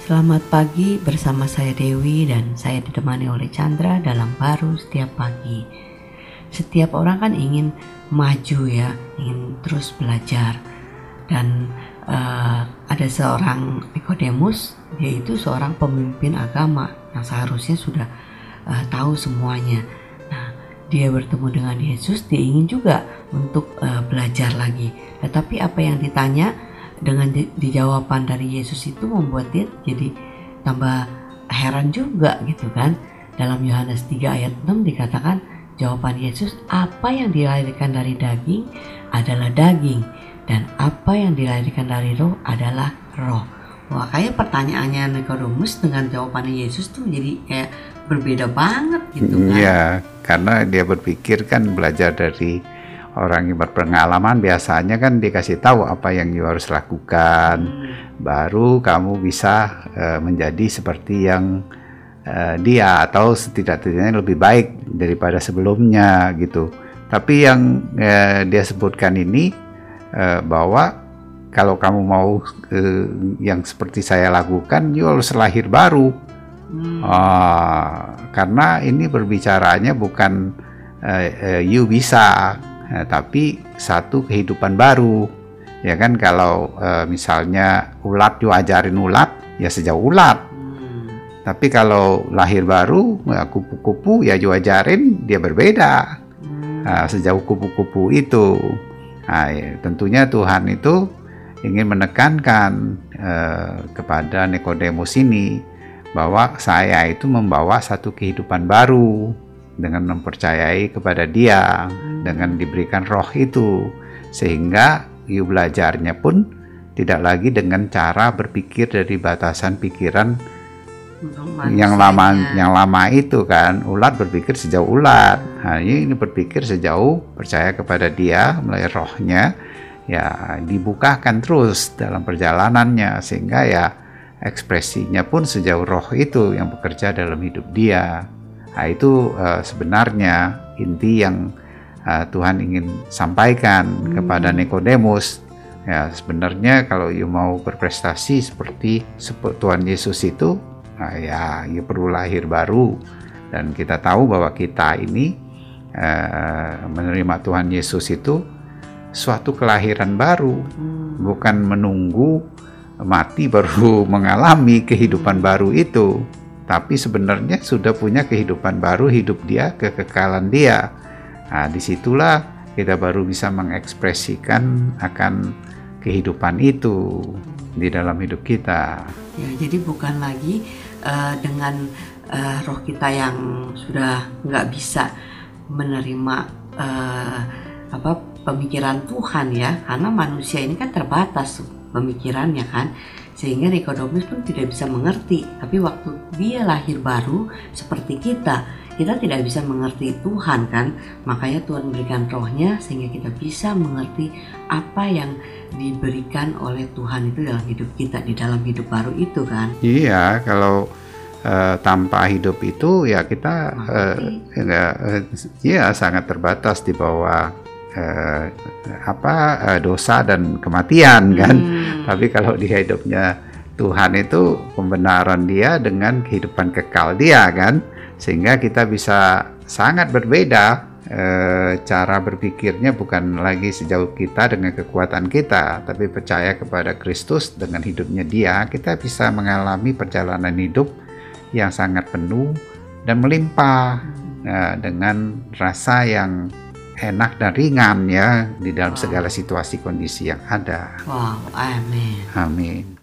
Selamat pagi, bersama saya Dewi dan saya ditemani oleh Chandra dalam Baru Setiap Pagi. Setiap orang kan ingin maju ya, ingin terus belajar. Dan ada seorang Nikodemus, dia itu seorang pemimpin agama yang seharusnya sudah tahu semuanya. Nah, dia bertemu dengan Yesus, dia ingin juga untuk belajar lagi. Tetapi apa yang ditanya dengan dijawaban dari Yesus itu membuat dia jadi tambah heran juga gitu kan. Dalam Yohanes 3 ayat 6 dikatakan jawaban Yesus, apa yang dilahirkan dari daging adalah daging dan apa yang dilahirkan dari roh adalah roh. Wah, kayak pertanyaannya Nikodemus dengan jawabannya Yesus tuh jadi kayak berbeda banget gitu kan. Iya, karena dia berpikir kan belajar dari orang yang berpengalaman, biasanya kan dikasih tahu apa yang you harus lakukan, baru kamu bisa menjadi seperti yang dia, atau setidaknya lebih baik daripada sebelumnya gitu. Tapi yang dia sebutkan ini bahwa kalau kamu mau yang seperti saya lakukan, you harus lahir baru. Karena ini berbicaranya bukan you bisa, tapi satu kehidupan baru, ya kan. Kalau misalnya ulat, you ajarin ulat, ya sejauh ulat. Tapi kalau lahir baru, kupu-kupu, ya you ajarin, dia berbeda. Sejauh kupu-kupu itu. Ya, tentunya Tuhan itu ingin menekankan kepada Nikodemus ini bahwa saya itu membawa satu kehidupan baru dengan mempercayai kepada Dia, dengan diberikan roh itu, sehingga you belajarnya pun tidak lagi dengan cara berpikir dari batasan pikiran yang lama itu kan. Ulat berpikir sejauh ulat. Nah, ini berpikir sejauh percaya kepada Dia melalui rohnya, ya dibukakan terus dalam perjalanannya, sehingga ya ekspresinya pun sejauh roh itu yang bekerja dalam hidup dia. Nah, itu sebenarnya inti yang Tuhan ingin sampaikan kepada Nikodemus. Ya, sebenarnya kalau you mau berprestasi seperti Tuhan Yesus itu, ya you perlu lahir baru. Dan kita tahu bahwa kita ini menerima Tuhan Yesus itu suatu kelahiran baru, bukan menunggu mati baru mengalami kehidupan baru itu, tapi sebenarnya sudah punya kehidupan baru, hidup dia, kekekalan dia. Nah, disitulah kita baru bisa mengekspresikan akan kehidupan itu di dalam hidup kita. Ya, jadi bukan lagi dengan roh kita yang sudah nggak bisa menerima pemikiran Tuhan ya, karena manusia ini kan terbatas pemikirannya kan, sehingga Nikodemus pun tidak bisa mengerti. Tapi waktu dia lahir baru seperti kita tidak bisa mengerti Tuhan kan, makanya Tuhan berikan rohnya sehingga kita bisa mengerti apa yang diberikan oleh Tuhan itu dalam hidup kita, di dalam hidup baru itu kan. Iya, kalau tanpa hidup itu ya kita sangat terbatas di bawah dosa dan kematian kan. Tapi kalau di hidupnya Tuhan itu pembenaran dia dengan kehidupan kekal dia kan, sehingga kita bisa sangat berbeda cara berpikirnya, bukan lagi sejauh kita dengan kekuatan kita, tapi percaya kepada Kristus dengan hidupnya dia, kita bisa mengalami perjalanan hidup yang sangat penuh dan melimpah dengan rasa yang enak dan ringan ya di dalam segala situasi kondisi yang ada. Wow, amin. Amin.